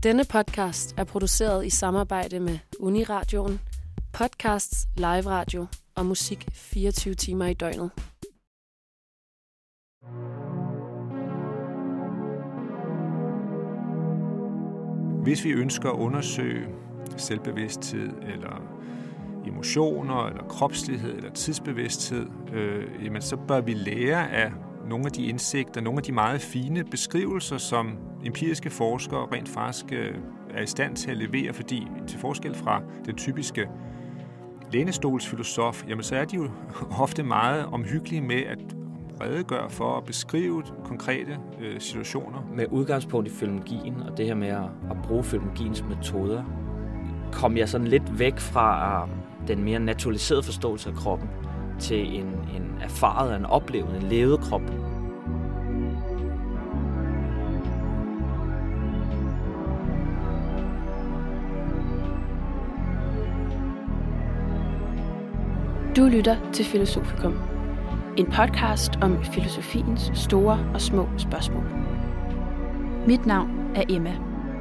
Denne podcast er produceret i samarbejde med Uniradioen, podcasts, live radio og musik 24 timer i døgnet. Hvis vi ønsker at undersøge selvbevidsthed eller emotioner eller kropslighed eller tidsbevidsthed, jamen så bør vi lære af nogle af de indsigter, nogle af de meget fine beskrivelser, som empiriske forskere rent faktisk er i stand til at levere, fordi til forskel fra den typiske lænestolsfilosof, jamen så er de jo ofte meget omhyggelige med at redegøre for at beskrive konkrete situationer. Med udgangspunkt i filologien og det her med at bruge filologiens metoder, kom jeg sådan lidt væk fra den mere naturaliserede forståelse af kroppen til en erfaret, en oplevet, en levet krop. Du lytter til Filosofikum, en podcast om filosofiens store og små spørgsmål. Mit navn er Emma.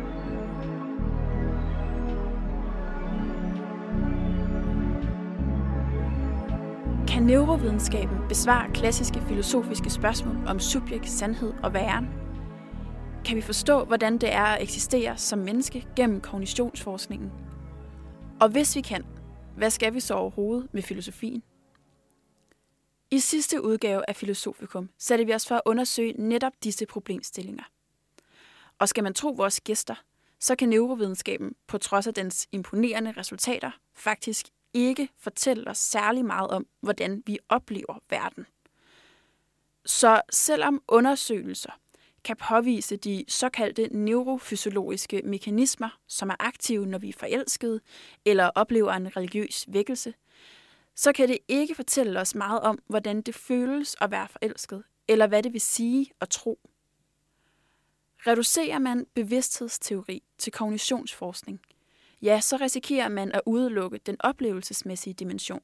Kan neurovidenskaben besvare klassiske filosofiske spørgsmål om subjekt, sandhed og væren? Kan vi forstå, hvordan det er at eksistere som menneske gennem kognitionsforskningen? Og hvis vi kan, hvad skal vi så overhovedet med filosofien? I sidste udgave af Filosofikum satte vi os for at undersøge netop disse problemstillinger. Og skal man tro vores gæster, så kan neurovidenskaben, på trods af dens imponerende resultater, faktisk ikke fortælle os særlig meget om, hvordan vi oplever verden. Så selvom undersøgelser kan påvise de såkaldte neurofysiologiske mekanismer, som er aktive, når vi er forelskede eller oplever en religiøs vækkelse, så kan det ikke fortælle os meget om, hvordan det føles at være forelsket, eller hvad det vil sige at tro. Reducerer man bevidsthedsteori til kognitionsforskning, ja, så risikerer man at udelukke den oplevelsesmæssige dimension.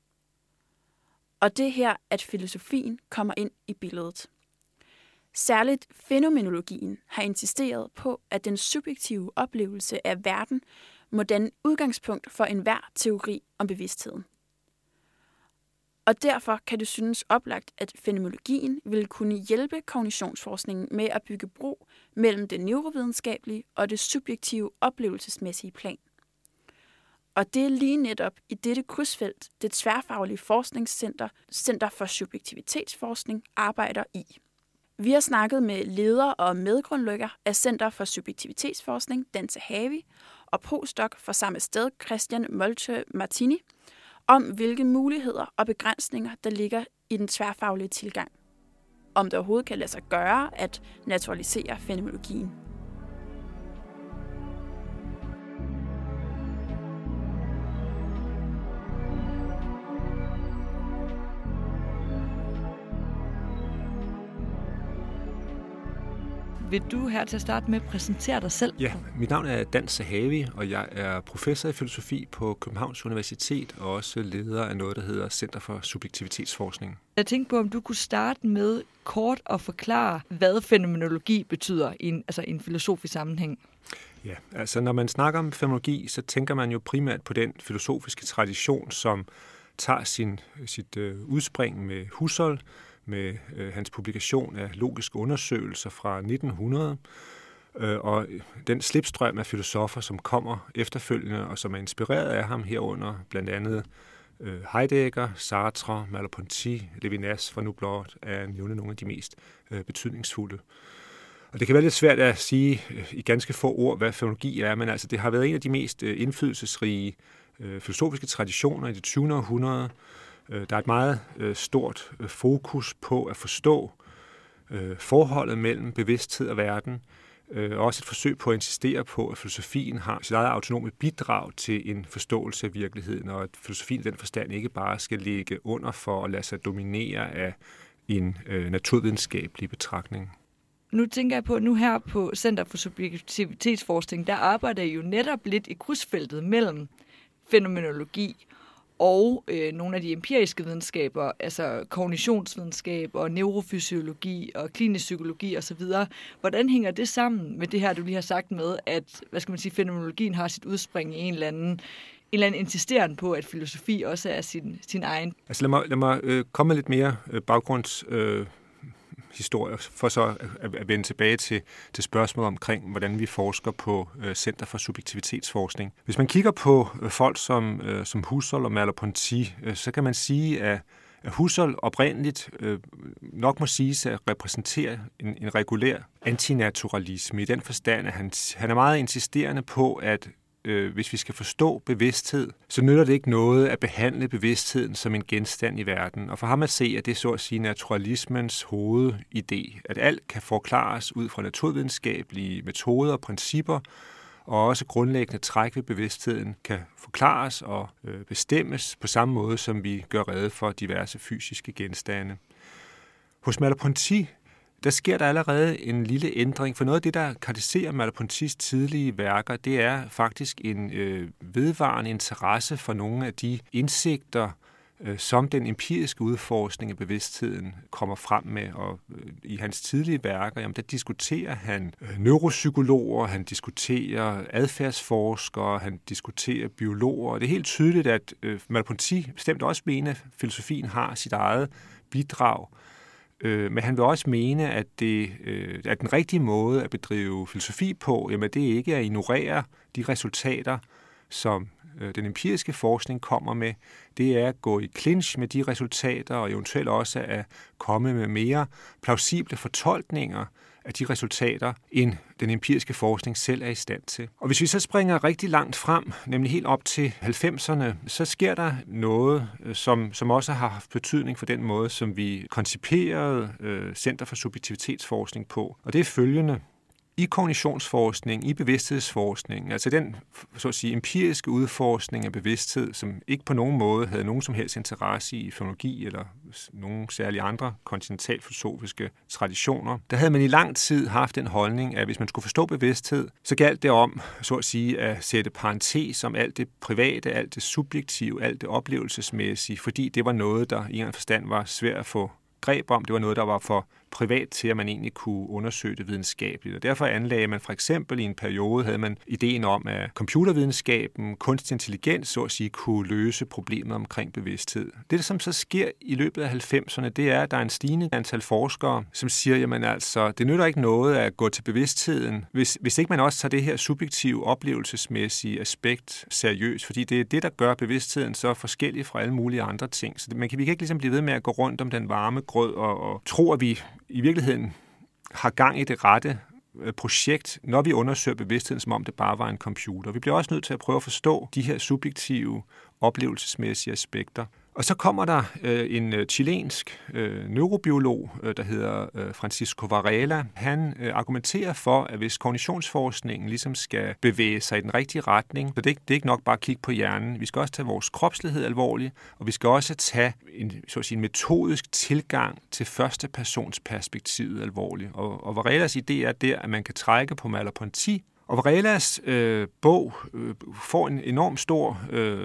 Og det er her, at filosofien kommer ind i billedet. Særligt fænomenologien har insisteret på, at den subjektive oplevelse af verden må danne udgangspunkt for enhver teori om bevidstheden. Og derfor kan det synes oplagt, at fænomenologien vil kunne hjælpe kognitionsforskningen med at bygge bro mellem det neurovidenskabelige og det subjektive oplevelsesmæssige plan. Og det er lige netop i dette krydsfelt, det tværfaglige forskningscenter, Center for Subjektivitetsforskning, arbejder i. Vi har snakket med leder og medgrundlægger af Center for Subjektivitetsforskning, Dante Havi, og postdoc for samme sted, Christian Moltke Martini, om hvilke muligheder og begrænsninger, der ligger i den tværfaglige tilgang. Om det overhovedet kan lade sig gøre at naturalisere fænomenologien. Vil du her til at starte med at præsentere dig selv? Ja, mit navn er Dante Havi, og jeg er professor i filosofi på Københavns Universitet og også leder af noget, der hedder Center for Subjektivitetsforskning. Jeg tænkte på, om du kunne starte med kort at forklare, hvad fænomenologi betyder i en filosofisk sammenhæng. Ja, altså når man snakker om fænomenologi, så tænker man jo primært på den filosofiske tradition, som tager sit udspring med Husserl, med hans publikation af logiske undersøgelser fra 1900, og den slipstrøm af filosofer, som kommer efterfølgende, og som er inspireret af ham herunder, blandt andet Heidegger, Sartre, Merleau-Ponty, Levinas, for nu blot at nævne nogle af de mest betydningsfulde. Og det kan være lidt svært at sige i ganske få ord, hvad fænomenologi er, men altså det har været en af de mest indflydelsesrige filosofiske traditioner i det 20. århundrede. Der er et meget stort fokus på at forstå forholdet mellem bevidsthed og verden, og også et forsøg på at insistere på, at filosofien har sit eget autonome bidrag til en forståelse af virkeligheden, og at filosofien i den forstand ikke bare skal ligge under for at lade sig dominere af en naturvidenskabelig betragtning. Nu tænker jeg på, nu her på Center for Subjektivitetsforskning, der arbejder I jo netop lidt i krydsfeltet mellem fænomenologi og nogle af de empiriske videnskaber, altså kognitionsvidenskab og neurofysiologi og klinisk psykologi osv. Hvordan hænger det sammen med det her, du lige har sagt med, at fænomenologien har sit udspring i en eller anden insisteren på, at filosofi også er sin egen? Altså lad mig komme med lidt mere baggrundshistorie, for så at vende tilbage til spørgsmålet omkring, hvordan vi forsker på Center for Subjektivitetsforskning. Hvis man kigger på folk som Husserl og Merleau-Ponty, så kan man sige, at Husserl oprindeligt nok må siges at repræsentere en regulær antinaturalisme i den forstand, at han er meget insisterende på, at hvis vi skal forstå bevidsthed, så nytter det ikke noget at behandle bevidstheden som en genstand i verden. Og for ham at se, at det er så at sige naturalismens hovedidé, at alt kan forklares ud fra naturvidenskabelige metoder og principper, og også grundlæggende træk ved bevidstheden kan forklares og bestemmes på samme måde, som vi gør rede for diverse fysiske genstande. Hos Merleau-Ponty der sker der allerede en lille ændring, for noget af det, der karakteriserer Merleau-Ponty's tidlige værker, det er faktisk en vedvarende interesse for nogle af de indsigter, som den empiriske udforskning af bevidstheden kommer frem med. Og i hans tidlige værker, jamen, der diskuterer han neuropsykologer, han diskuterer adfærdsforskere, han diskuterer biologer. Og det er helt tydeligt, at Merleau-Ponty bestemt også mener, at filosofien har sit eget bidrag. Men han vil også mene, at den rigtige måde at bedrive filosofi på, jamen det er ikke at ignorere de resultater, som den empiriske forskning kommer med. Det er at gå i clinch med de resultater, og eventuelt også at komme med mere plausible fortolkninger af de resultater, end den empiriske forskning selv er i stand til. Og hvis vi så springer rigtig langt frem, nemlig helt op til 90'erne, så sker der noget, som også har haft betydning for den måde, som vi konciperede Center for Subjektivitetsforskning på. Og det er følgende. I kognitionsforskning, i bevidsthedsforskning, altså den så at sige, empiriske udforskning af bevidsthed, som ikke på nogen måde havde nogen som helst interesse i fonologi eller nogen særlige andre kontinentalfilosofiske traditioner, der havde man i lang tid haft den holdning, at hvis man skulle forstå bevidsthed, så galt det om, så at sige, at sætte parentes om alt det private, alt det subjektive, alt det oplevelsesmæssige, fordi det var noget, der i en eller anden forstand var svært at få greb om. Det var noget, der var for privat til, at man egentlig kunne undersøge det videnskabeligt. Og derfor anlagde man for eksempel i en periode, havde man ideen om, at computervidenskaben, kunstig intelligens, så at sige, kunne løse problemet omkring bevidsthed. Det, som så sker i løbet af 90'erne, det er, at der er en stigende antal forskere, som siger, jamen altså, det nytter ikke noget at gå til bevidstheden, hvis ikke man også tager det her subjektive, oplevelsesmæssige aspekt seriøst, fordi det er det, der gør bevidstheden så forskellig fra alle mulige andre ting. Så vi kan ikke ligesom blive ved med at gå rundt om den varme grød og tro, at vi i virkeligheden har gang i det rette projekt, når vi undersøger bevidstheden, som om det bare var en computer. Vi bliver også nødt til at prøve at forstå de her subjektive, oplevelsesmæssige aspekter. Og så kommer der en chilensk neurobiolog, der hedder Francisco Varela. Han argumenterer for, at hvis kognitionsforskningen ligesom skal bevæge sig i den rigtige retning, så det er ikke nok bare at kigge på hjernen. Vi skal også tage vores kropslighed alvorligt, og vi skal også tage en metodisk tilgang til førstepersonsperspektivet alvorligt. Og Varelas idé er der, at man kan trække på Merleau-Ponty. Og Varelas bog får en enormt stor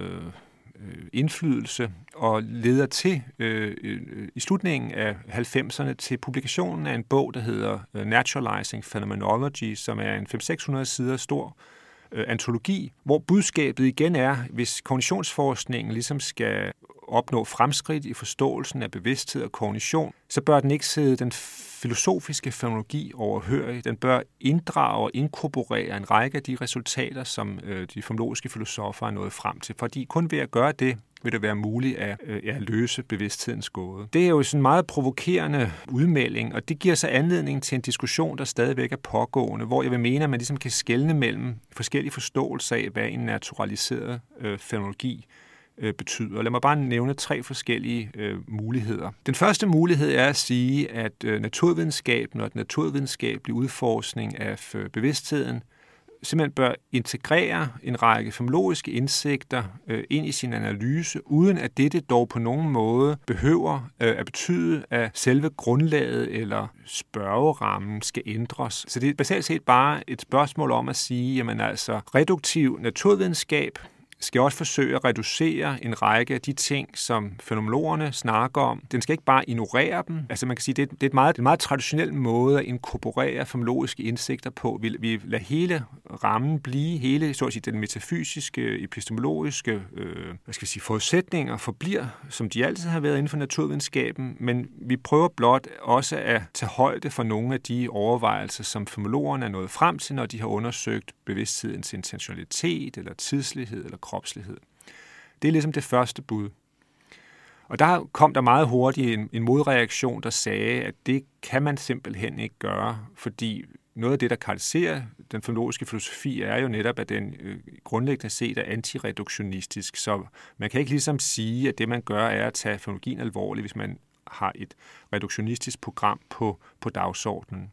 indflydelse og leder til i slutningen af 90'erne til publikationen af en bog, der hedder Naturalizing Phenomenology, som er en 500-600 sider stor antologi, hvor budskabet igen er, hvis kognitionsforskningen ligesom skal opnå fremskridt i forståelsen af bevidsthed og kognition, så bør den ikke sidde den filosofiske fænomenologi overhørig. Den bør inddrage og inkorporere en række af de resultater, som de fænomenologiske filosofer er nået frem til. Fordi kun ved at gøre det, vil det være muligt at løse bevidsthedens gåde. Det er jo sådan en meget provokerende udmelding, og det giver så anledning til en diskussion, der stadigvæk er pågående, hvor jeg vil mene, at man ligesom kan skelne mellem forskellige forståelser af, hvad en naturaliseret fænomenologi betyder. Lad mig bare nævne 3 forskellige muligheder. Den første mulighed er at sige, at naturvidenskaben og den naturvidenskabelige udforskning af bevidstheden simpelthen bør integrere en række fænomenologiske indsigter ind i sin analyse, uden at dette dog på nogen måde behøver at betyde, at selve grundlaget eller spørgerammen skal ændres. Så det er basalt set bare et spørgsmål om at sige, jamen altså, reduktiv naturvidenskab skal også forsøge at reducere en række af de ting, som fænomenologerne snakker om. Den skal ikke bare ignorere dem. Altså man kan sige, det er en meget traditionel måde at inkorporere fænomenologiske indsigter på. Vi lader hele rammen blive, hele så at sige, den metafysiske, epistemologiske forudsætninger forbliver, som de altid har været inden for naturvidenskaben, men vi prøver blot også at tage højde for nogle af de overvejelser, som fænomenologerne er nået frem til, når de har undersøgt bevidsthedens intentionalitet, eller tidslighed, eller kropslighed. Det er ligesom det første bud. Og der kom der meget hurtigt en modreaktion, der sagde, at det kan man simpelthen ikke gøre, fordi noget af det, der karakteriserer den fænomenologiske filosofi, er jo netop, at den grundlæggende set er antireduktionistisk. Så man kan ikke ligesom sige, at det, man gør, er at tage fænomenologien alvorligt, hvis man har et reduktionistisk program på dagsordenen.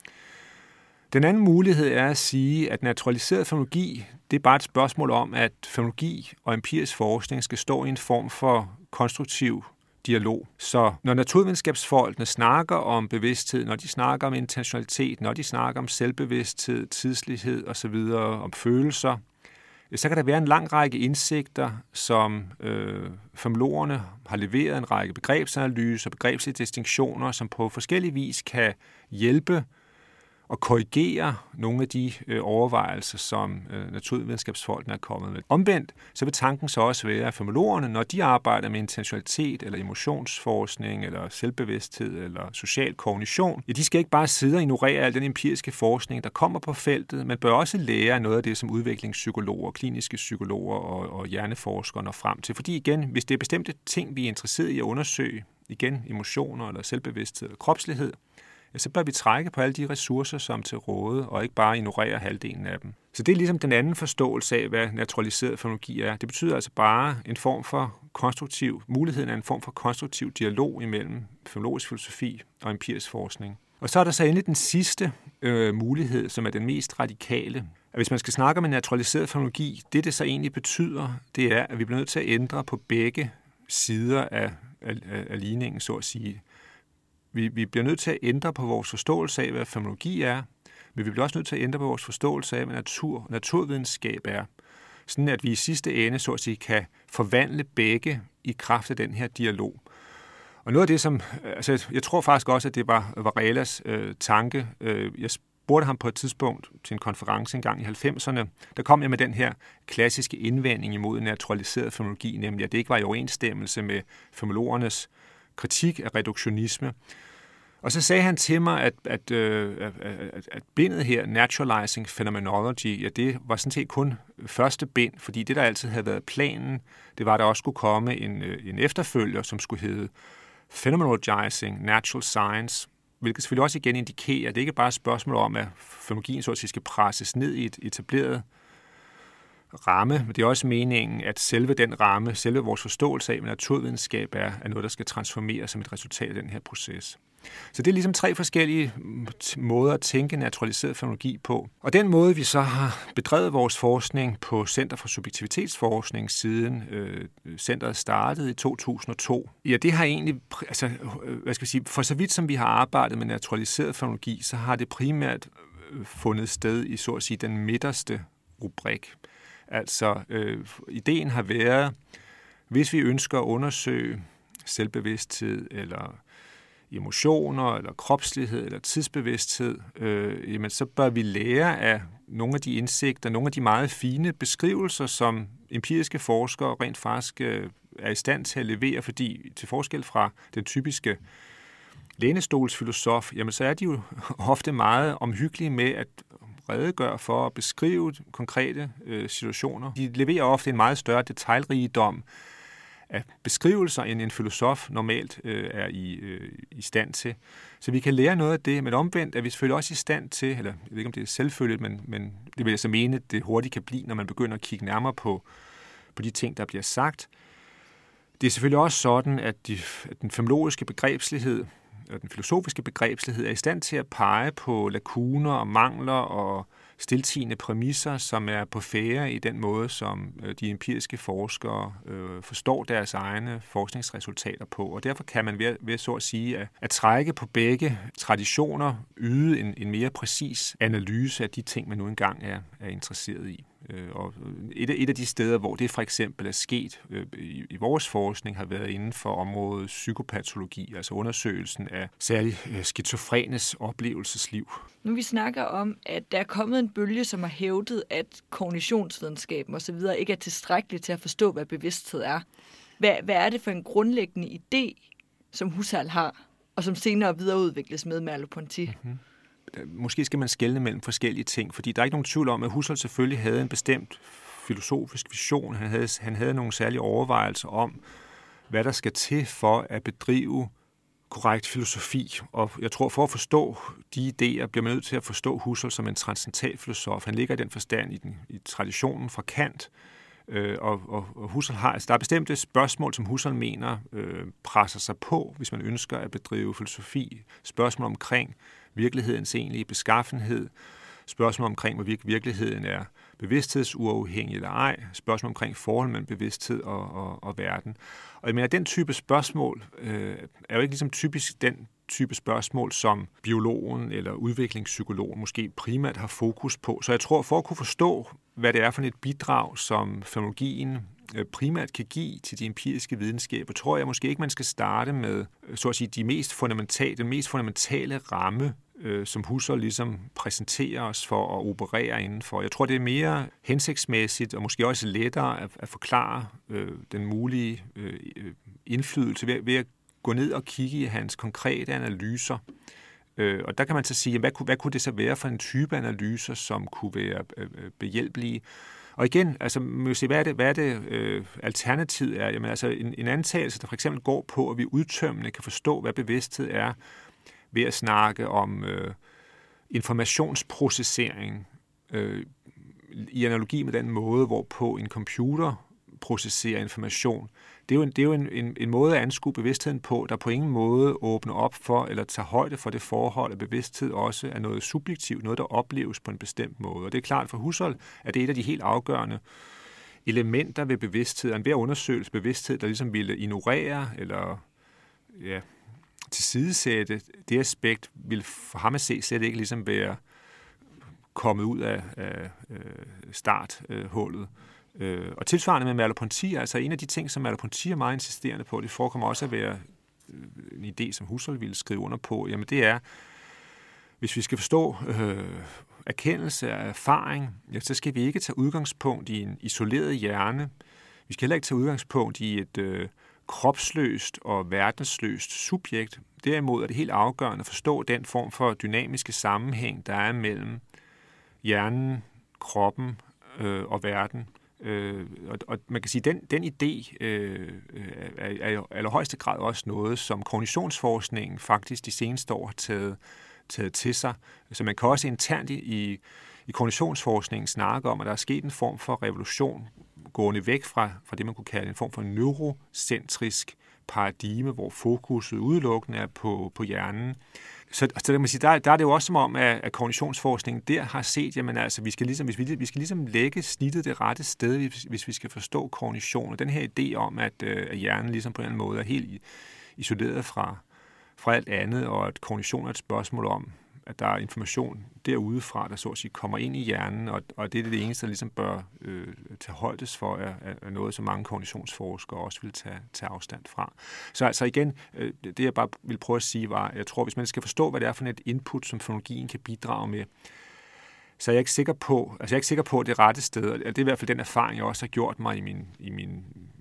Den anden mulighed er at sige, at naturaliseret fænomenologi, det er bare et spørgsmål om, at fænomenologi og empirisk forskning skal stå i en form for konstruktiv dialog. Så når naturvidenskabsfolkene snakker om bevidsthed, når de snakker om intentionalitet, når de snakker om selvbevidsthed, tidslighed osv., om følelser, så kan der være en lang række indsigter, som fænomenologerne har leveret, en række begrebsanalyser, begrebslige distinktioner, som på forskellig vis kan hjælpe og korrigere nogle af de overvejelser, som naturvidenskabsfolkene er kommet med. Omvendt, så vil tanken så også være, at fænomenologerne, når de arbejder med intentionalitet, eller emotionsforskning, eller selvbevidsthed, eller social kognition, ja, de skal ikke bare sidde og ignorere al den empiriske forskning, der kommer på feltet, men bør også lære noget af det, som udviklingspsykologer, kliniske psykologer og hjerneforskere når frem til. Fordi igen, hvis det er bestemte ting, vi er interesseret i at undersøge, igen emotioner, eller selvbevidsthed, eller kropslighed, så bør vi trække på alle de ressourcer, som er til råde, og ikke bare ignorere halvdelen af dem. Så det er ligesom den anden forståelse af, hvad naturaliseret fænomenologi er. Det betyder altså bare muligheden af en form for konstruktiv dialog imellem fænomenologisk filosofi og empirisk forskning. Og så er der så endelig den sidste mulighed, som er den mest radikale. At hvis man skal snakke om en naturaliseret fænomenologi, det så egentlig betyder, det er, at vi bliver nødt til at ændre på begge sider af ligningen, så at sige. Vi bliver nødt til at ændre på vores forståelse af, hvad fænomenologi er, men vi bliver også nødt til at ændre på vores forståelse af, hvad naturvidenskab er. Sådan at vi i sidste ende, så at sige, kan forvandle begge i kraft af den her dialog. Og noget af det, som... Altså, jeg tror faktisk også, at det var Varela's tanke. Jeg spurgte ham på et tidspunkt til en konference engang i 90'erne. Der kom jeg med den her klassiske indvending imod naturaliseret fænomenologi, nemlig at det ikke var i overensstemmelse med fænomenologernes kritik af reduktionisme. Og så sagde han til mig, at bindet her, Naturalizing Phenomenology, ja, det var sådan set kun første bind, fordi det, der altid havde været planen, det var, at der også skulle komme en efterfølger, som skulle hedde Phenomenologizing Natural Science, hvilket selvfølgelig også igen indikerer, at det ikke bare er et spørgsmål om, at fænomenologien så at sige skal presses ned i et etableret ramme, men det er også meningen, at selve den ramme, selve vores forståelse af, hvad naturvidenskab er noget, der skal transformeres som et resultat af den her proces. Så det er ligesom 3 forskellige måder at tænke naturaliseret fænomenologi på. Og den måde, vi så har bedrevet vores forskning på Center for Subjektivitetsforskning siden centret startede i 2002, ja, det har egentlig, altså, for så vidt som vi har arbejdet med naturaliseret fænomenologi, så har det primært fundet sted i, så at sige, den midterste rubrik. Altså, ideen har været, hvis vi ønsker at undersøge selvbevidsthed, eller emotioner, eller kropslighed, eller tidsbevidsthed, jamen, så bør vi lære af nogle af de indsigter, nogle af de meget fine beskrivelser, som empiriske forskere rent faktisk er i stand til at levere, fordi til forskel fra den typiske lænestolsfilosof, jamen, så er de jo ofte meget omhyggelige med at redegøre for at beskrive konkrete situationer. De leverer ofte en meget større detailrigdom af beskrivelser, end en filosof normalt er i stand til. Så vi kan lære noget af det, men omvendt er vi selvfølgelig også i stand til, eller jeg ved ikke, om det er selvfølgeligt, men det vil jeg så mene, at det hurtigt kan blive, når man begynder at kigge nærmere på de ting, der bliver sagt. Det er selvfølgelig også sådan, at den fænomenologiske begrebslighed og den filosofiske begrebslighed er i stand til at pege på lakuner og mangler og stiltiende præmisser, som er på færde i den måde, som de empiriske forskere forstår deres egne forskningsresultater på. Og derfor kan man ved så at sige at trække på begge traditioner, yde en mere præcis analyse af de ting, man nu engang er interesseret i. Og et af de steder, hvor det for eksempel er sket i vores forskning, har været inden for området psykopatologi, altså undersøgelsen af særligt skizofrenes oplevelsesliv. Nu vi snakker om, at der er kommet en bølge, som har hævdet, at kognitionsvidenskaben osv. ikke er tilstrækkeligt til at forstå, hvad bevidsthed er. Hvad er det for en grundlæggende idé, som Husserl har, og som senere videreudvikles med Merleau-Ponty? Mm-hmm. Måske skal man skelne mellem forskellige ting, fordi der er ikke nogen tvivl om, at Husserl selvfølgelig havde en bestemt filosofisk vision. Han havde nogle særlige overvejelser om, hvad der skal til for at bedrive korrekt filosofi. Og jeg tror, for at forstå de idéer, bliver man nødt til at forstå Husserl som en transcendental filosof. Han ligger i den forstand i traditionen fra Kant, og Husserl har, altså der er bestemte spørgsmål, som Husserl mener presser sig på, hvis man ønsker at bedrive filosofi. Spørgsmål omkring virkelighedens egentlige beskaffenhed, spørgsmål omkring, hvorvidt virkeligheden er bevidsthedsuafhængig eller ej, spørgsmål omkring forhold mellem bevidsthed og verden. Og jeg mener, den type spørgsmål er jo ikke ligesom typisk den type spørgsmål, som biologen eller udviklingspsykologen måske primært har fokus på. Så jeg tror, for at kunne forstå, hvad det er for et bidrag, som fænomenologien primært kan give til de empiriske videnskaber, tror jeg måske ikke, man skal starte med, så at sige, den mest fundamentale ramme, som Husserl ligesom præsenterer os for at operere indenfor. Jeg tror, det er mere hensigtsmæssigt og måske også lettere at forklare den mulige indflydelse ved at gå ned og kigge i hans konkrete analyser. Og der kan man så sige, hvad kunne det så være for en type analyser, som kunne være behjælpelige? Og igen, altså, man vil se, hvad er det alternativet er? Jamen, altså, en antagelse, der for eksempel går på, at vi udtømmende kan forstå, hvad bevidsthed er, ved at snakke om informationsprocessering i analogi med den måde, hvorpå en computer processerer information. Det er jo en måde at anskue bevidstheden på, der på ingen måde åbner op for eller tager højde for det forhold, at bevidsthed også er noget subjektivt, noget, der opleves på en bestemt måde. Og det er klart for Husserl, at det er et af de helt afgørende elementer ved bevidsthed, og enhver undersøgelse bevidsthed, der ligesom ville ignorere eller tilsidesætte det aspekt, vil for ham at se slet ikke ligesom være kommet ud af starthullet. Og tilsvarende med Merleau-Ponty, altså en af de ting, som Merleau-Ponty er meget insisterende på, det forekommer også at være en idé, som Husserl ville skrive under på, jamen det er, hvis vi skal forstå erkendelse af erfaring, ja, så skal vi ikke tage udgangspunkt i en isoleret hjerne. Vi skal heller ikke tage udgangspunkt i et kropsløst og verdensløst subjekt. Derimod er det helt afgørende at forstå den form for dynamiske sammenhæng, der er mellem hjernen, kroppen og verden. Og man kan sige, at den idé er i allerhøjeste grad også noget, som kognitionsforskningen faktisk de seneste år har taget til sig. Så man kan også internt i kognitionsforskningen snakke om, at der er sket en form for revolution, gående væk fra det, man kunne kalde en form for neurocentrisk paradigme, hvor fokuset udelukkende er på hjernen. Så der, man sige, der er det jo også som om, at kognitionsforskningen der har set, jamen altså, vi skal ligesom lægge snittet det rette sted, hvis vi skal forstå kognition. Og den her idé om, at hjernen ligesom på en eller anden måde er helt isoleret fra alt andet, og at kognition er et spørgsmål om, at der er information derudefra, der så at sige kommer ind i hjernen, og det er det eneste, der ligesom bør tage højdes for, er noget, som mange kognitionsforskere også vil tage afstand fra. Så altså igen, det jeg bare vil prøve at sige var, jeg tror, hvis man skal forstå, hvad det er for et input, som fonologien kan bidrage med, så er jeg ikke sikker på, at det rette sted, og det er i hvert fald den erfaring, jeg også har gjort mig i min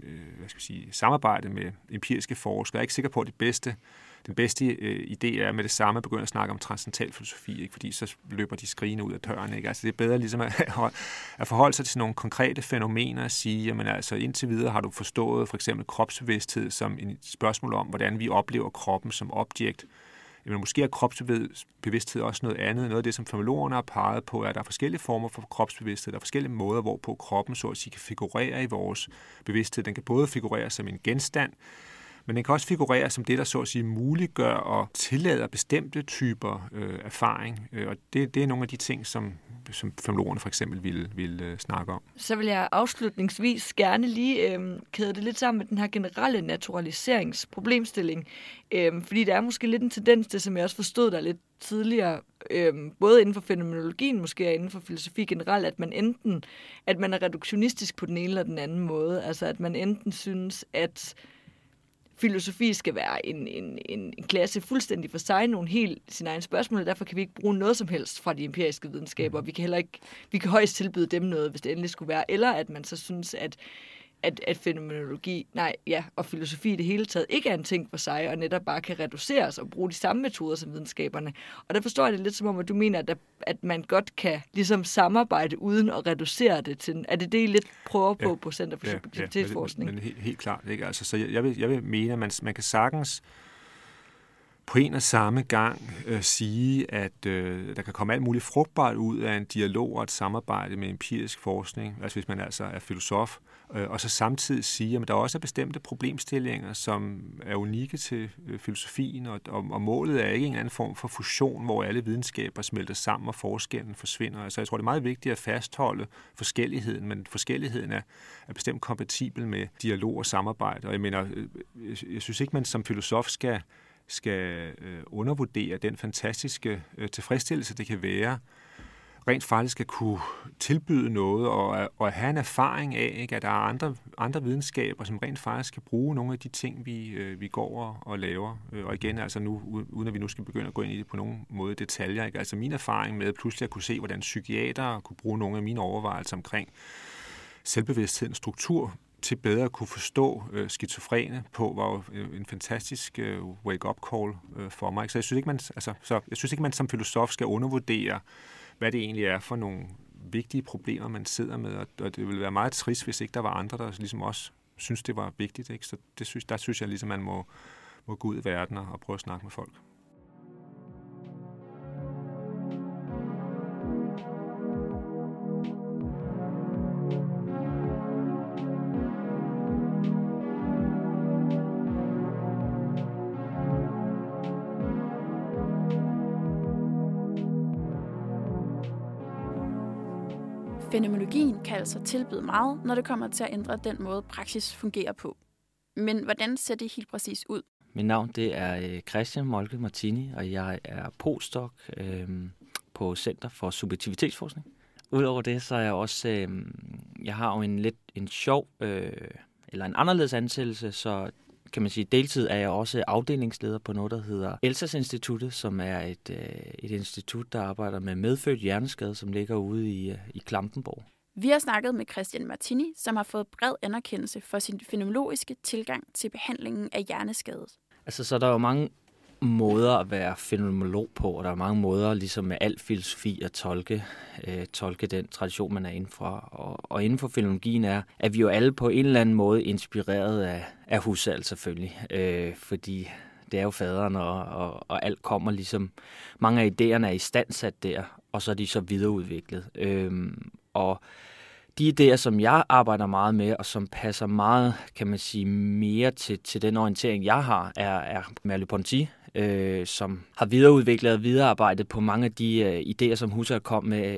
samarbejde med empiriske forskere. Jeg er ikke sikker på, at den bedste idé er med det samme at begynde at snakke om transcendental filosofi, ikke? Fordi så løber de skrigende ud af døren. Ikke? Altså, det er bedre ligesom at forholde sig til nogle konkrete fænomener og sige, jamen altså indtil videre har du forstået for eksempel kropsbevidsthed som et spørgsmål om, hvordan vi oplever kroppen som objekt. Jamen, måske er kropsbevidsthed også noget andet. Noget af det, som fænomenologerne har peget på, er, at der er forskellige former for kropsbevidsthed. Der er forskellige måder, hvorpå kroppen så at sige kan figurere i vores bevidsthed. Den kan både figurere som en genstand, men den kan også figurere som det, der så at sige muliggør og tillader bestemte typer erfaring. Og det er nogle af de ting, som fænomenologerne for eksempel vil snakke om. Så vil jeg afslutningsvis gerne lige kæde det lidt sammen med den her generelle naturaliseringsproblemstilling. Fordi der er måske lidt en tendens til, som jeg også forstod dig lidt tidligere, både inden for fænomenologien måske og inden for filosofi generelt, at man er reduktionistisk på den ene eller den anden måde. Altså at man enten synes, at filosofi skal være en klasse fuldstændig for sig, nogle helt sine egne spørgsmål, og derfor kan vi ikke bruge noget som helst fra de empiriske videnskaber. Vi kan højst tilbyde dem noget, hvis det endelig skulle være. Eller at man så synes, at fænomenologi, og filosofi i det hele taget ikke er en ting for sig, og netop bare kan reduceres og bruge de samme metoder som videnskaberne. Og der forstår jeg det lidt som om, at du mener, at man godt kan ligesom samarbejde uden at reducere det til... Er det I lidt prøver på Center for Subjektivitetsforskning? Men helt klart. Ikke? Altså, så jeg vil mene, at man kan sagtens på en og samme gang sige, at der kan komme alt muligt frugtbart ud af en dialog og et samarbejde med empirisk forskning, altså hvis man altså er filosof, og så samtidig sige, at der også er bestemte problemstillinger, som er unikke til filosofien, og målet er ikke en anden form for fusion, hvor alle videnskaber smelter sammen, og forskellen forsvinder. Altså jeg tror, det er meget vigtigt at fastholde forskelligheden, men forskelligheden er bestemt kompatibel med dialog og samarbejde. Og jeg mener, jeg synes ikke, man som filosof skal undervurdere den fantastiske tilfredsstillelse, det kan være, rent faktisk at kunne tilbyde noget og have en erfaring af, ikke, at der er andre videnskaber, som rent faktisk kan bruge nogle af de ting, vi går og laver. Og igen, altså nu, uden at vi nu skal begynde at gå ind i det på nogen måde detaljer, ikke? Altså min erfaring med pludselig at kunne se, hvordan psykiatere kunne bruge nogle af mine overvejelser omkring selvbevidsthedens struktur til bedre at kunne forstå skizofrene på, var jo en fantastisk wake-up call for mig. Så jeg synes ikke, man som filosof skal undervurdere, hvad det egentlig er for nogle vigtige problemer, man sidder med, og det ville være meget trist, hvis ikke der var andre, der ligesom også synes, det var vigtigt. Ikke? Så der synes jeg ligesom, man må gå ud i verden og prøve at snakke med folk. Fænomenologien kan altså tilbyde meget, når det kommer til at ændre den måde, praksis fungerer på. Men hvordan ser det helt præcis ud? Mit navn det er Christian Moltke Martini, og jeg er postdoc på Center for Subjektivitetsforskning. Udover det, så er jeg også, jeg har jo en sjov, eller en anderledes ansættelse, så kan man sige, deltid er jeg også afdelingsleder på noget, der hedder ELSAS-instituttet, som er et institut, der arbejder med medfødt hjerneskade, som ligger ude i Klampenborg. Vi har snakket med Christian Martini, som har fået bred anerkendelse for sin fænomenologiske tilgang til behandlingen af hjerneskade. Altså, så der er jo mange måder at være fænomenolog på, og der er mange måder, ligesom med al filosofi, at tolke den tradition, man er inden for. Og inden for fænomenologien er vi jo alle på en eller anden måde inspireret af Husserl selvfølgelig, fordi det er jo faderen, og alt kommer ligesom, mange af idéerne er istandsat der, og så er de så videreudviklet. Og de idéer, som jeg arbejder meget med, og som passer meget, kan man sige, mere til den orientering, jeg har, er Merleau-Ponty, som har videreudviklet og viderearbejdet på mange af de idéer, som Husserl kom med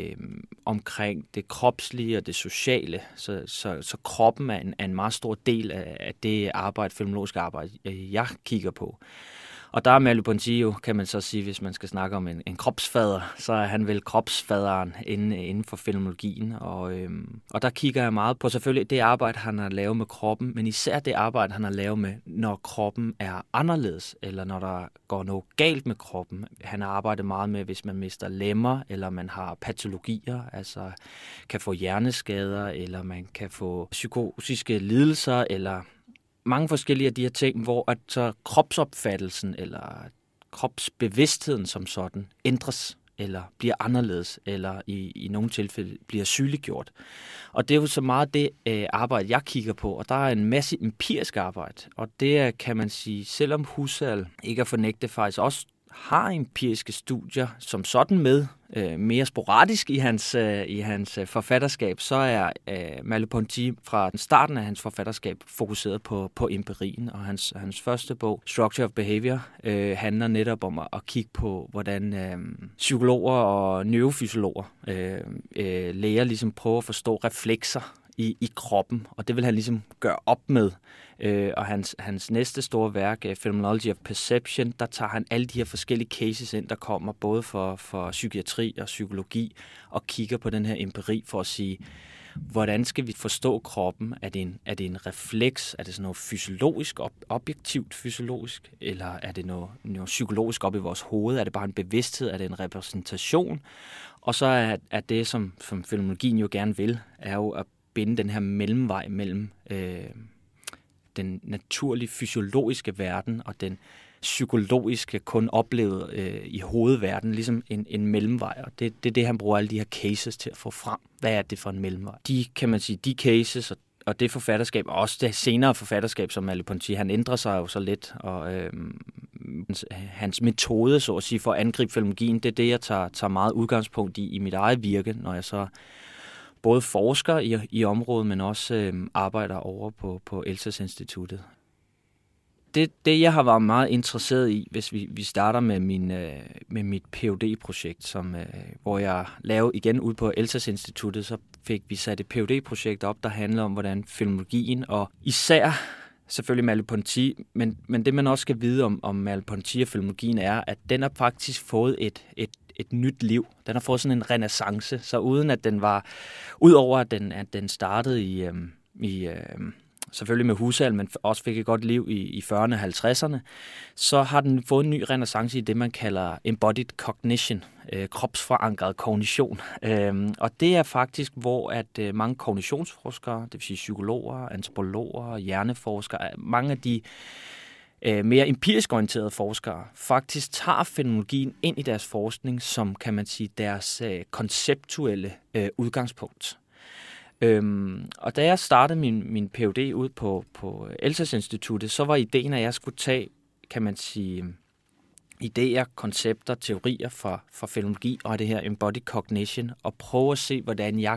omkring det kropslige og det sociale. Så kroppen er en meget stor del af det fænomenologiske arbejde, jeg kigger på. Og der er Merleau-Ponty jo, kan man så sige, hvis man skal snakke om en kropsfader, så er han vel kropsfaderen inden for fænomenologien. Og der kigger jeg meget på selvfølgelig det arbejde, han har lavet med kroppen, men især det arbejde, han har lavet med, når kroppen er anderledes, eller når der går noget galt med kroppen. Han har arbejdet meget med, hvis man mister lemmer, eller man har patologier, altså kan få hjerneskader, eller man kan få psykosiske lidelser, eller mange forskellige af de her ting, hvor at så kropsopfattelsen eller kropsbevidstheden som sådan ændres eller bliver anderledes, eller i nogle tilfælde bliver sygeliggjort. Og det er jo så meget det arbejde, jeg kigger på, og der er en masse empirisk arbejde, og det kan man sige, selvom Husserl ikke er fornægtet, faktisk også har empiriske studier som sådan med, mere sporadisk i hans forfatterskab, så er Merleau-Ponty fra starten af hans forfatterskab fokuseret på empirien, og hans første bog, Structure of Behavior, handler netop om at kigge på, hvordan psykologer og neurofysiologer læger ligesom prøver at forstå reflekser i kroppen, og det vil han ligesom gøre op med. Og hans næste store værk, Phenomenology of Perception, der tager han alle de her forskellige cases ind, der kommer både for psykiatri og psykologi, og kigger på den her empiri for at sige, hvordan skal vi forstå kroppen? Er det en refleks? Er det sådan noget fysiologisk, objektivt fysiologisk? Eller er det noget psykologisk op i vores hoved? Er det bare en bevidsthed? Er det en repræsentation? Og så er det, som fænomenologien jo gerne vil, er jo at binde den her mellemvej mellem den naturlige fysiologiske verden og den psykologiske, kun oplevet i hovedverden, ligesom en mellemvej. Og det er det, han bruger alle de her cases til at få frem. Hvad er det for en mellemvej? De cases og det forfatterskab, og også det senere forfatterskab, som Merleau-Ponty, han ændrer sig jo så lidt, og hans metode, så at sige, for at angribe fænomenologien, det er det, jeg tager meget udgangspunkt i mit eget virke, når jeg så både forsker i området, men også arbejder over på Elsass-instituttet. Det, jeg har været meget interesseret i, hvis vi starter med mit PhD-projekt, hvor jeg lavede igen ud på Elsass-instituttet, så fik vi sat et PhD-projekt op, der handler om, hvordan fænomenologien, og især selvfølgelig Merleau-Ponty, men det man også skal vide om Merleau-Ponty og fænomenologien er, at den har faktisk fået et nyt liv. Den har fået sådan en renæssance, så uden at den var, udover at den startede i selvfølgelig med Husserl, men også fik et godt liv i 40'erne og 50'erne, så har den fået en ny renæssance i det, man kalder embodied cognition, kropsforankret kognition. Og det er faktisk, hvor at mange kognitionsforskere, det vil sige psykologer, antropologer, hjerneforskere, mange af de mere empirisk orienterede forskere, faktisk tager fænomenologien ind i deres forskning, som kan man sige deres konceptuelle udgangspunkt. Og da jeg startede min PhD ud på Elsass-instituttet, så var ideen, at jeg skulle tage, kan man sige, idéer, koncepter, teorier fra fænomenologi og det her embodied cognition, og prøve at se, hvordan jeg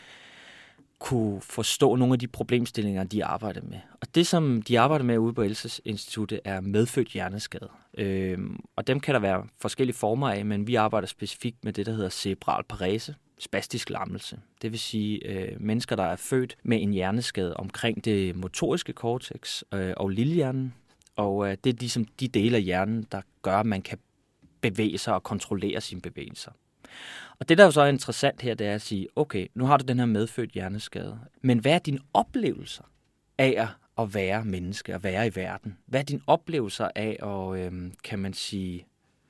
kunne forstå nogle af de problemstillinger, de arbejder med. Og det, som de arbejder med ude på Elsass-instituttet, er medfødt hjerneskade. Og dem kan der være forskellige former af, men vi arbejder specifikt med det, der hedder cerebral parese, spastisk lammelse. Det vil sige mennesker, der er født med en hjerneskade omkring det motoriske cortex og lillehjernen. Og det er ligesom de dele af hjernen, der gør, at man kan bevæge sig og kontrollere sine bevægelser. Og det, der jo så er interessant her, det er at sige, okay, nu har du den her medfødt hjerneskade, men hvad er dine oplevelser af at være menneske, at være i verden? Hvad er dine oplevelser af at, kan man sige,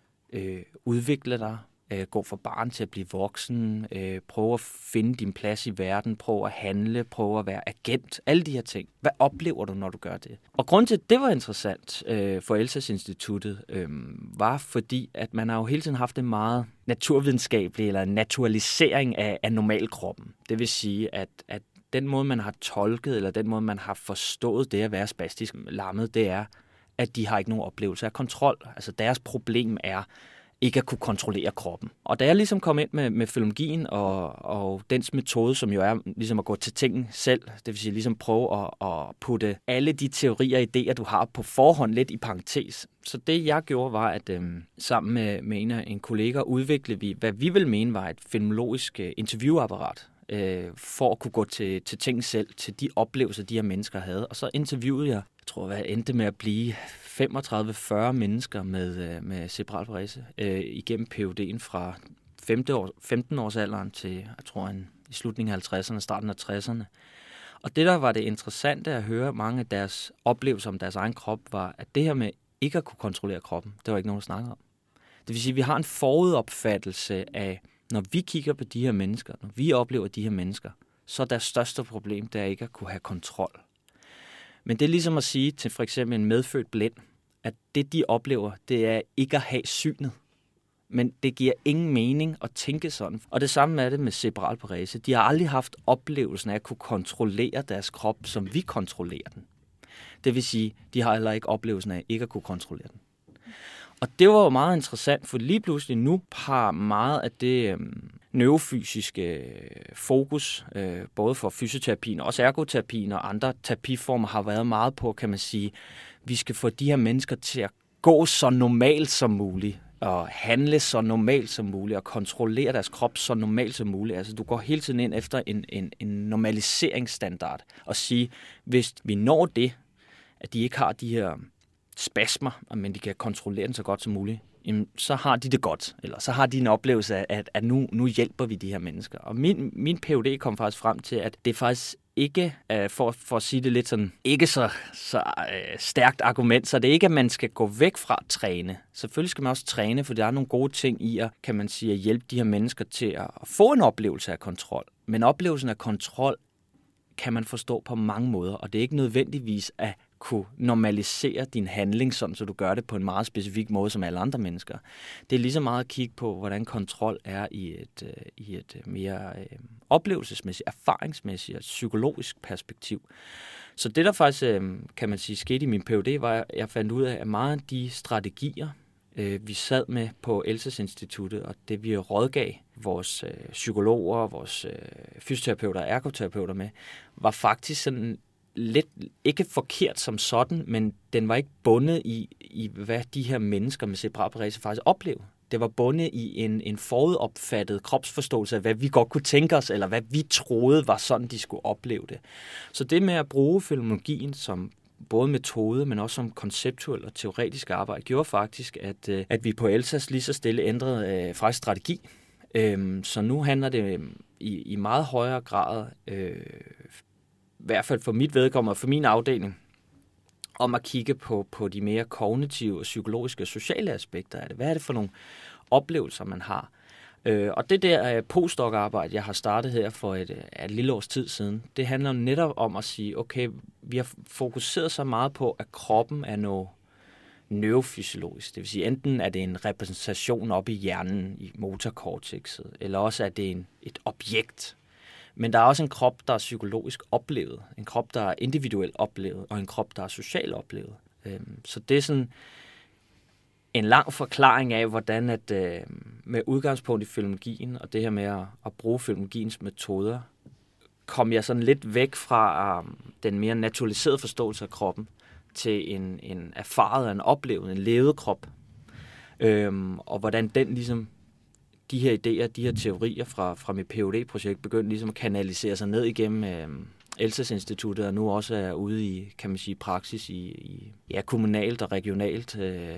udvikle dig, gå fra barn til at blive voksen, prøve at finde din plads i verden, prøve at handle, prøve at være agent, alle de her ting. Hvad oplever du, når du gør det? Og grunden til, at det var interessant for Elsass-instituttet, var fordi, at man har jo hele tiden haft en meget naturvidenskabelig eller naturalisering af normalkroppen. Det vil sige, at den måde, man har tolket, eller den måde, man har forstået det at være spastisk lammet, det er, at de har ikke nogen oplevelse af kontrol. Altså deres problem er ikke at kunne kontrollere kroppen. Og da jeg ligesom kom ind med fænomenologien og dens metode, som jo er ligesom at gå til tingene selv, det vil sige ligesom prøve at putte alle de teorier og idéer, du har på forhånd lidt i parentes. Så det jeg gjorde var, at sammen med en kollega udviklede vi, hvad vi vil mene var et fænomenologisk interviewapparat, for at kunne gå til tingene selv, til de oplevelser, de her mennesker havde. Og så interviewede jeg tror, hvad endte med at blive 35-40 mennesker med cerebral parese igennem PhD'en fra 15-årsalderen til, jeg tror, i slutningen af 50'erne, starten af 60'erne. Og det, der var det interessante at høre mange af deres oplevelser om deres egen krop, var, at det her med ikke at kunne kontrollere kroppen, det var ikke nogen, der snakkede om. Det vil sige, at vi har en forudopfattelse af, når vi kigger på de her mennesker, når vi oplever de her mennesker, så er deres største problem, det er ikke at kunne have kontrol. Men det er ligesom at sige til for eksempel en medfødt blind, at det, de oplever, det er ikke at have synet. Men det giver ingen mening at tænke sådan. Og det samme er det med cerebral parese. De har aldrig haft oplevelsen af at kunne kontrollere deres krop, som vi kontrollerer den. Det vil sige, de har heller ikke oplevelsen af ikke at kunne kontrollere den. Og det var jo meget interessant, for lige pludselig nu har meget af det neurofysiske fokus, både for fysioterapien og også ergoterapien og andre terapiformer, har været meget på, kan man sige, vi skal få de her mennesker til at gå så normalt som muligt. at handle så normalt som muligt, og kontrollere deres krop så normalt som muligt. Altså, du går hele tiden ind efter en normaliseringsstandard, og sige, hvis vi når det, at de ikke har de her spasmer, men de kan kontrollere den så godt som muligt, jamen, så har de det godt, eller så har de en oplevelse af, at nu hjælper vi de her mennesker. Og min PhD kom faktisk frem til, at det faktisk ikke, for at sige det lidt sådan, ikke så stærkt argument, så det er ikke, at man skal gå væk fra at træne. Selvfølgelig skal man også træne, for der er nogle gode ting i at, kan man sige, at hjælpe de her mennesker til at få en oplevelse af kontrol. Men oplevelsen af kontrol kan man forstå på mange måder, og det er ikke nødvendigvis at kunne normalisere din handling, sådan, så du gør det på en meget specifik måde som alle andre mennesker. Det er lige så meget at kigge på, hvordan kontrol er i et mere oplevelsesmæssigt, erfaringsmæssigt og psykologisk perspektiv. Så det, der faktisk, kan man sige, skete i min PhD, var, at jeg fandt ud af, at meget af de strategier, vi sad med på ELSAS-instituttet, og det vi rådgav vores psykologer, vores fysioterapeuter og ergoterapeuter med, var faktisk sådan lidt, ikke forkert som sådan, men den var ikke bundet i hvad de her mennesker med cerebral parese faktisk oplevede. Det var bundet i en forudopfattet kropsforståelse af, hvad vi godt kunne tænke os, eller hvad vi troede var sådan, de skulle opleve det. Så det med at bruge fænomenologien som både metode, men også som konceptuel og teoretisk arbejde, gjorde faktisk, at vi på ELSAS lige så stille ændrede faktisk strategi. Så nu handler det i meget højere grad, i hvert fald for mit vedkommende og for min afdeling, om at kigge på de mere kognitive, psykologiske og sociale aspekter af det. Hvad er det for nogle oplevelser, man har? Og det der postdoc-arbejde, jeg har startet her for et lille års tid siden, det handler netop om at sige, okay, vi har fokuseret så meget på, at kroppen er noget neurofysiologisk. Det vil sige, enten er det en repræsentation op i hjernen, i motorkortexet, eller også er det et objekt. Men der er også en krop, der er psykologisk oplevet, en krop, der er individuelt oplevet, og en krop, der er socialt oplevet. Så det er sådan en lang forklaring af, hvordan at med udgangspunkt i fænomenologien, og det her med at bruge fænomenologiens metoder, kom jeg sådan lidt væk fra den mere naturaliserede forståelse af kroppen, til en erfaret, en oplevet, en levet krop. Og hvordan den ligesom, de her idéer, de her teorier fra mit PhD-projekt, begyndte ligesom at kanalisere sig ned igennem ELSAS-instituttet, og nu også er ude i, kan man sige, praksis i kommunalt og regionalt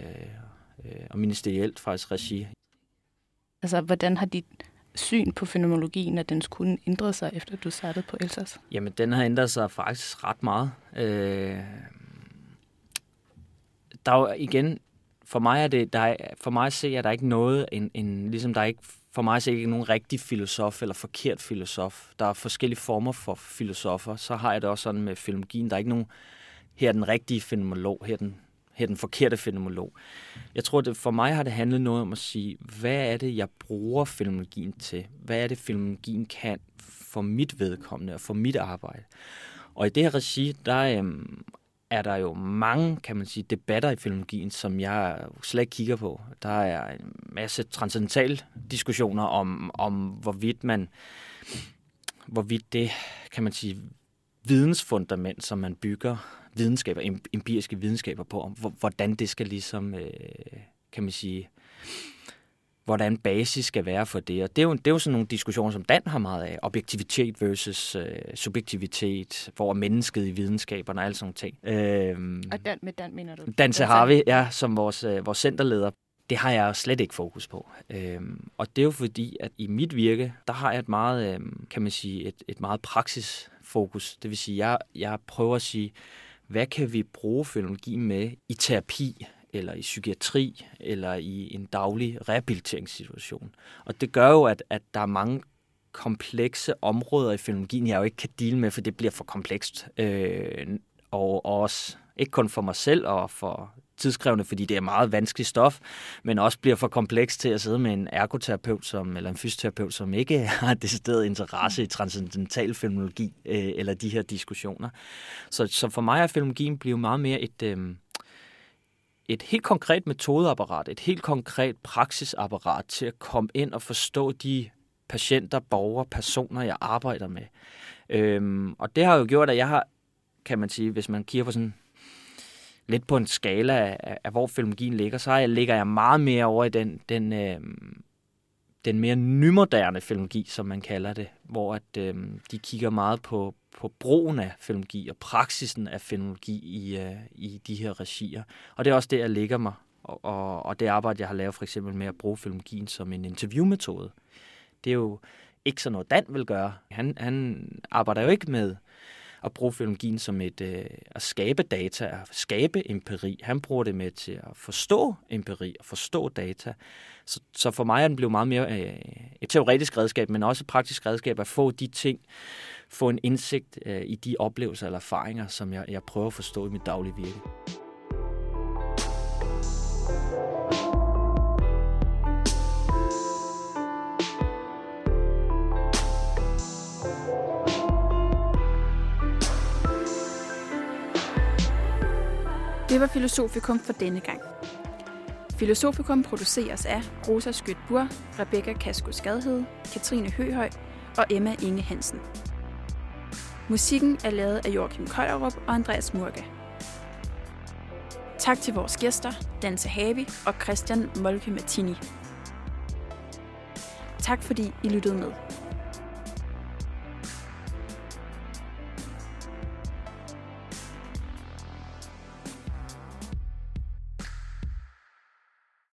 og ministerielt faktisk regi. Altså, hvordan har dit syn på fænomenologien og dens kunne ændret sig, efter du startede på ELSAS? Jamen, den har ændret sig faktisk ret meget. Der er jo igen, for mig at se, at der ikke noget, ligesom der er ikke, for mig at se ikke nogen rigtig filosof eller forkert filosof. Der er forskellige former for filosofer. Så har jeg det også sådan med fænomenologien. Der er ikke nogen, her er den rigtige fænomenolog, her er den forkerte fænomenolog. Jeg tror, at for mig har det handlet noget om at sige, hvad er det, jeg bruger fænomenologien til? Hvad er det, fænomenologien kan for mit vedkommende og for mit arbejde? Og i det her regi, der er der jo mange, kan man sige, debatter i fænomenologien, som jeg slet ikke kigger på. Der er en masse transcendentale diskussioner om hvorvidt det, kan man sige, vidensfundament, som man bygger videnskaber, empiriske videnskaber på, om hvordan det skal ligesom, kan man sige, hvordan basis skal være for det. Og det er jo sådan nogle diskussioner, som Dan har meget af. Objektivitet versus subjektivitet, hvor er mennesket i videnskaberne og alle sådan ting. Og med Dan mener du? Dan Zahavi, ja, som vores centerleder. Det har jeg slet ikke fokus på. Og det er jo fordi, at i mit virke, der har jeg et meget, kan man sige, et meget praksisfokus. Det vil sige, jeg prøver at sige, hvad kan vi bruge fænomenologien med i terapi, eller i psykiatri, eller i en daglig rehabiliteringssituation. Og det gør jo, at der er mange komplekse områder i fænomenologien, jeg jo ikke kan deale med, for det bliver for komplekst. Og også ikke kun for mig selv og for tidskrævende, fordi det er meget vanskeligt stof, men også bliver for komplekst til at sidde med en ergoterapeut eller en fysioterapeut, som ikke har decideret interesse i transcendental fænomenologi eller de her diskussioner. Så for mig er fænomenologien blevet meget mere et helt konkret metodeapparat, et helt konkret praksisapparat til at komme ind og forstå de patienter, borgere, personer, jeg arbejder med. Og det har jo gjort, at jeg har, kan man sige, hvis man kigger på sådan lidt på en skala af hvor filmologien ligger, så ligger jeg meget mere over i den mere nymoderne filmologi, som man kalder det, hvor at, de kigger meget på brugen af filmologi og praksisen af filmologi i de her regier. Og det er også det, jeg ligger mig, og det arbejde, jeg har lavet for eksempel med at bruge filmologien som en interviewmetode. Det er jo ikke sådan noget, Dan vil gøre. Han arbejder jo ikke med at bruge filmologien som at skabe data, at skabe empiri. Han bruger det med til at forstå empiri og forstå data. Så for mig er den blevet meget mere et teoretisk redskab, men også et praktisk redskab at få de ting, få en indsigt i de oplevelser eller erfaringer, som jeg prøver at forstå i mit daglige virke. Det var Filosofikum for denne gang. Filosofikum produceres af Rosa Skødt-Bur, Rebecca Kasko-Skadhed, Katrine Høhøj og Emma Inge Hansen. Musikken er lavet af Joachim Kollerup og Andreas Murke. Tak til vores gæster, Danse Havi og Christian Molke Martini. Tak fordi I lyttede med.